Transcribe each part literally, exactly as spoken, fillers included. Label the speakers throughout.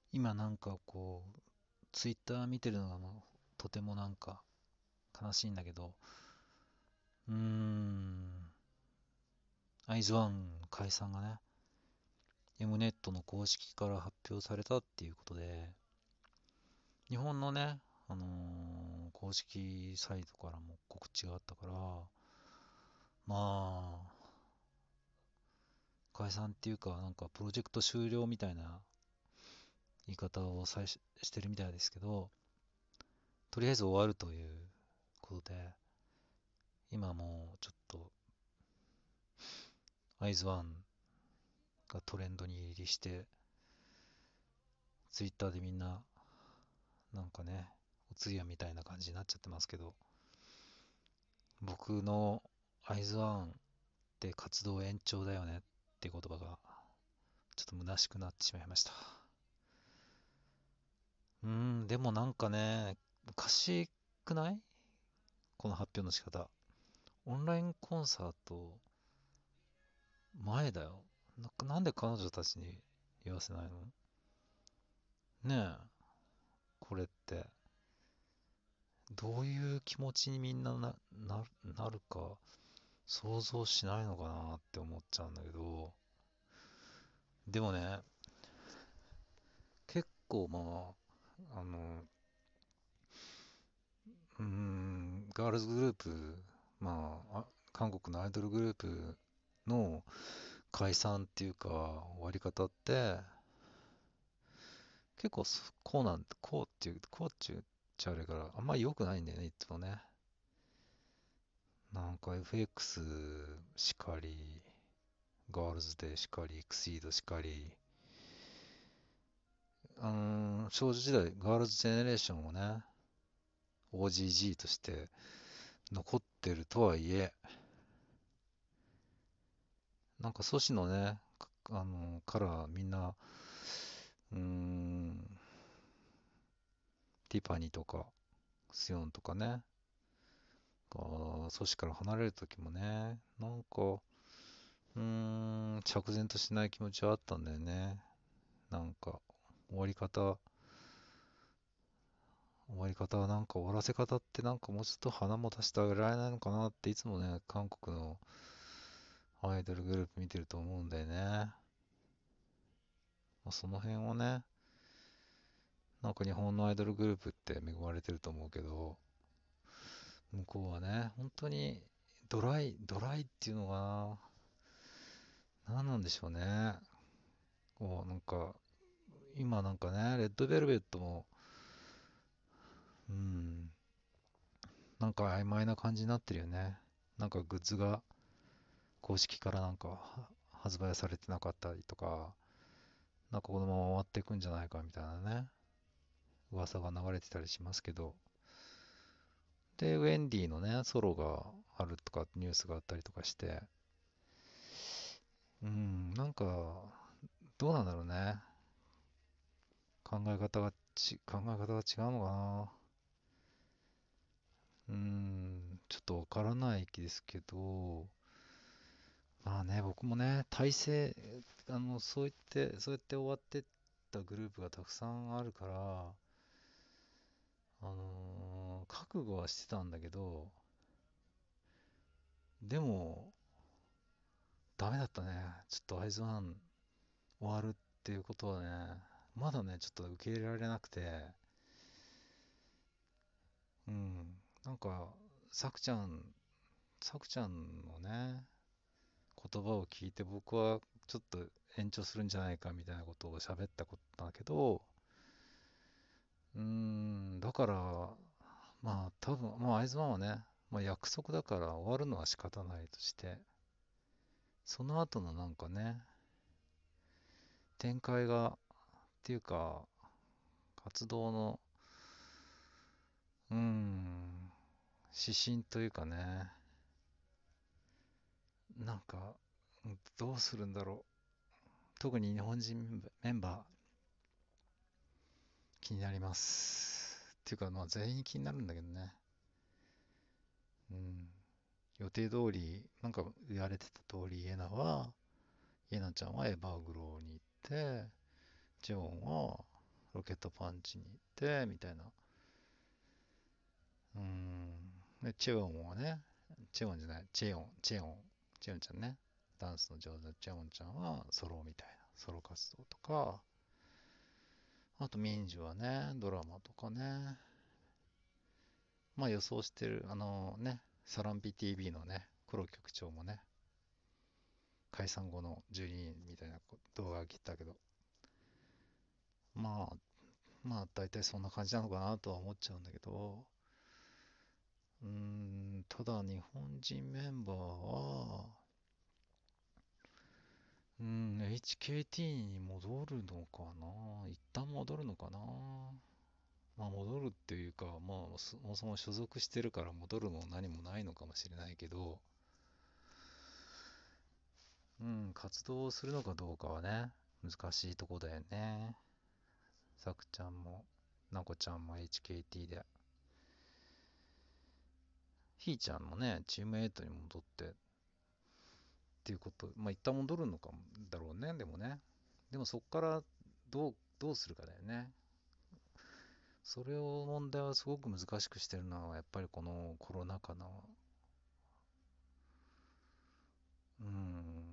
Speaker 1: 今なんかこう、ツイッター見てるのがもうとてもなんか悲しいんだけど、うーん、アイズワン解散がね、エムネットの公式から発表されたっていうことで、日本のね、あのー公式サイトからも告知があったから、まあ、解散っていうか、なんかプロジェクト終了みたいな言い方をさししてるみたいですけど、とりあえず終わるということで、今もうちょっとアイズワンがトレンドに入りして、ツイッターでみんななんかね、お通夜みたいな感じになっちゃってますけど、僕のアイズワンって活動延長だよねっていう言葉がちょっと虚しくなってしまいました。うーん、でもなんかね、おかしくない？この発表の仕方。オンラインコンサート前だよ。な、なんで彼女たちに言わせないの？ねえ、これってどういう気持ちにみんなな、な、なるか想像しないのかなって思っちゃうんだけど、でもね、結構まあ、あの、うーん、ガールズグループ、まあ、あ韓国のアイドルグループの解散っていうか、終わり方って、結構そこうなん、こうっていう、こうって言っちゃあれから、あんまり良くないんだよね、いつもね。なんか エフエックス しかり、ガールズデーしかり、エクシードしかり、うーん、少女時代、ガールズジェネレーションもね、オージージー として残ってるとはいえ、なんか阻止のね、かあの、からみんな、うーん、ティファニーとか、スヨンとかね、が阻止から離れる時もね、なんか、うーん、釈然としない気持ちはあったんだよね。なんか、終わり方、終わり方はなんか終わらせ方ってなんかもうちょっと花も足してあげられないのかなっていつもね、韓国のアイドルグループ見てると思うんだよね。まあ、その辺をね、なんか日本のアイドルグループって恵まれてると思うけど、向こうはね、本当にドライ、ドライっていうのがな、何なんでしょうね。こう、なんか、今なんかね、レッドベルベットも、うん、なんか曖昧な感じになってるよね。なんかグッズが公式からなんかは発売されてなかったりとか、なんかこのまま終わっていくんじゃないかみたいなね、噂が流れてたりしますけど、で、ウェンディのね、ソロがあるとかニュースがあったりとかして、うん、なんか、どうなんだろうね。考え方がち、考え方が違うのかな。うん、ちょっとわからない気ですけど、まあね、僕もね、体制、あの、そう言って、そうやって終わってったグループがたくさんあるから、あのー覚悟はしてたんだけど、でも、ダメだったね。ちょっとアイズワン終わるっていうことはね、まだね、ちょっと受け入れられなくて、うん、なんか、さくちゃん、さくちゃんのね、言葉を聞いて僕はちょっと延長するんじゃないかみたいなことを喋ったことだけど、うーん、だから、まあ多分、まあアイズワンはね、まあ約束だから終わるのは仕方ないとして、その後のなんかね、展開が、っていうか、活動の、うーん、指針というかね、なんか、どうするんだろう。特に日本人メンバー、気になります。っていうか、まあ全員気になるんだけどね。うん。予定通り、なんか言われてた通り、イエナは、イエナちゃんはエバーグローに行って、ジョンはロケットパンチに行って、みたいな。うーん。で、チェウォンはね、チェウォンじゃない、チェヨン、チェヨン、チェヨンちゃんね。ダンスの上手なチェヨンちゃんはソロみたいな、ソロ活動とか、あとミンジュはね、ドラマとかね、まあ予想してる、あのね、サランピ ティーブイ のね、黒局長もね、解散後のじゅうににんみたいな動画上げたけど、まあ、まあ大体そんな感じなのかなとは思っちゃうんだけど、うーん、ただ日本人メンバーは、うん、エイチケーティー に戻るのかな、一旦戻るのかな。まあ戻るっていうか、まあそもそも所属してるから戻るも何もないのかもしれないけど、うん、活動するのかどうかはね、難しいとこだよね。さくちゃんも、なこちゃんも エイチケーティー で、ひーちゃんもね、チームエイトに戻ってっていうこと、まあ一旦戻るのかもだろうね、でもね。でもそっからどう、どうするかだよね。それを問題はすごく難しくしてるのは、やっぱりこのコロナ禍の、うん、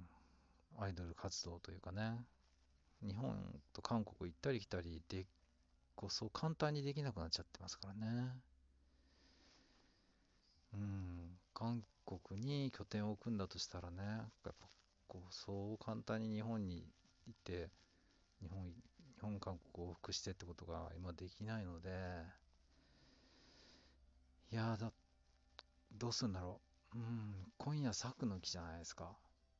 Speaker 1: アイドル活動というかね、日本と韓国行ったり来たりで、こうそう簡単にできなくなっちゃってますからね。うん、韓国に拠点を置くんだとしたらね、やっぱこうそう簡単に日本に行って、日本、日本韓国を往復してってことが今できないので、いやーだ、どうするんだろう。うん、今夜咲くの木じゃないですか。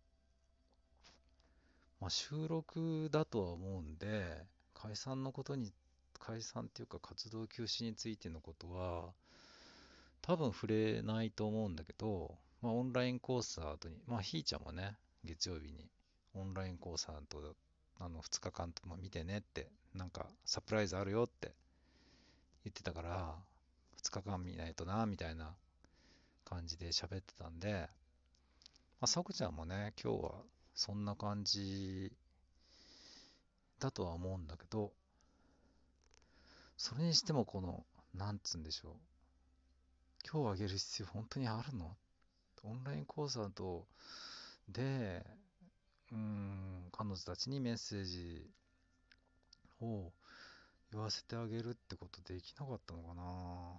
Speaker 1: まあ、収録だとは思うんで、解散のことに、解散っていうか活動休止についてのことは、多分触れないと思うんだけど、まあ、オンラインコンサートに、まあ、ひーちゃんもね、月曜日にオンラインコンサート、あの、ふつかかんとも見てねって、なんかサプライズあるよって言ってたから、ふつかかん見ないとな、みたいな感じで喋ってたんで、まあ、さくちゃんもね、今日はそんな感じだとは思うんだけど、それにしてもこの、なんつうんでしょう。今日あげる必要本当にあるの？オンラインコンサートで、うーん、彼女たちにメッセージを言わせてあげるってことできなかったのかな。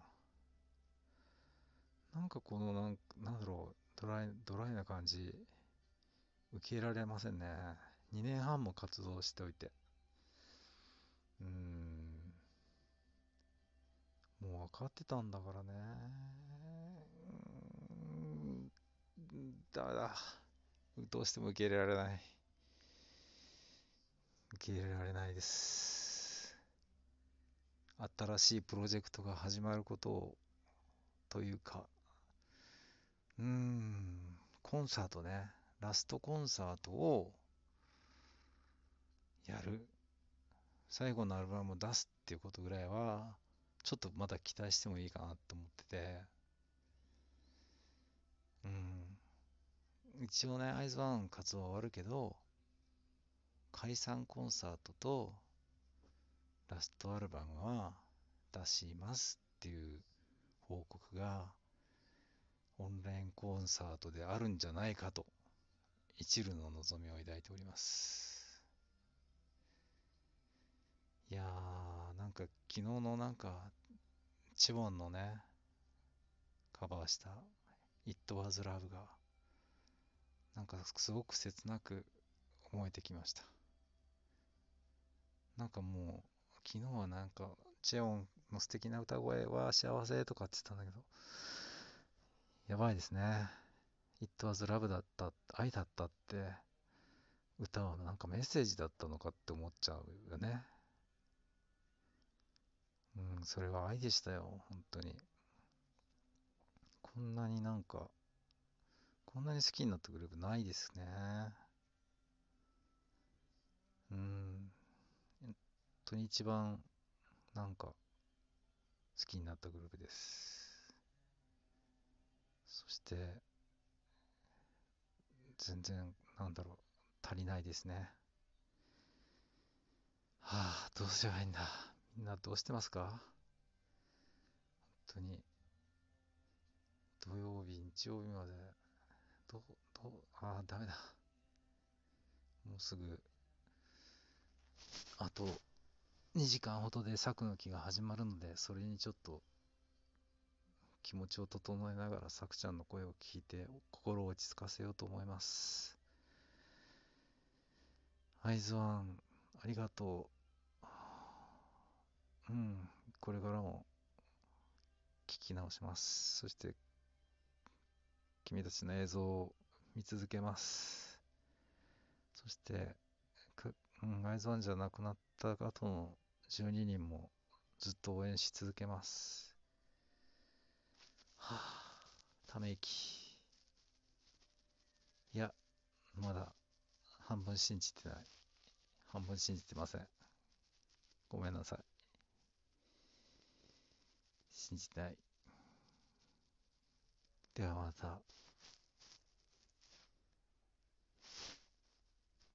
Speaker 1: なんかこのなん、なんだろう、ドライ、ドライな感じ、受け入れられませんね。にねんはんも活動しておいて。うーん、もう分かってたんだからね。うーん、ダメだ。どうしても受け入れられない。受け入れられないです。新しいプロジェクトが始まることを、というか、うーん、コンサートね、ラストコンサートをやる、最後のアルバムを出すっていうことぐらいは、ちょっとまだ期待してもいいかなと思ってて、うん、一応ね、アイズワン活動は終わるけど、解散コンサートとラストアルバムは出しますっていう報告がオンラインコンサートであるんじゃないかと一縷の望みを抱いております。いやー、なんか昨日のなんかチボンのね、カバーした It Was Love がなんかすごく切なく思えてきました。なんかもう昨日はなんかチェオンの素敵な歌声は幸せとかって言ってたんだけど、やばいですね。It Was Love だった、愛だったって歌はなんかメッセージだったのかって思っちゃうよね。うん、それは愛でしたよ、本当に。こんなになんか、こんなに好きになったグループないですね。うん、本当に一番なんか好きになったグループです。そして、全然、なんだろう、足りないですね。はぁどうすればいいんだ。みんなどうしてますか？本当に、土曜日、日曜日まで、どう、どう、ああ、ダメだ。もうすぐ、あとにじかんほどで作の木が始まるので、それにちょっと気持ちを整えながら、さくちゃんの声を聞いて、心を落ち着かせようと思います。アイズワン、ありがとう。うん、これからも聞き直します。そして、君たちの映像を見続けます。そして、くうん、アイズワンじゃなくなった後のじゅうににんもずっと応援し続けます。はぁ、ため息。いや、まだ半分信じてない。半分信じてません。ごめんなさい。信じてない。ではまた。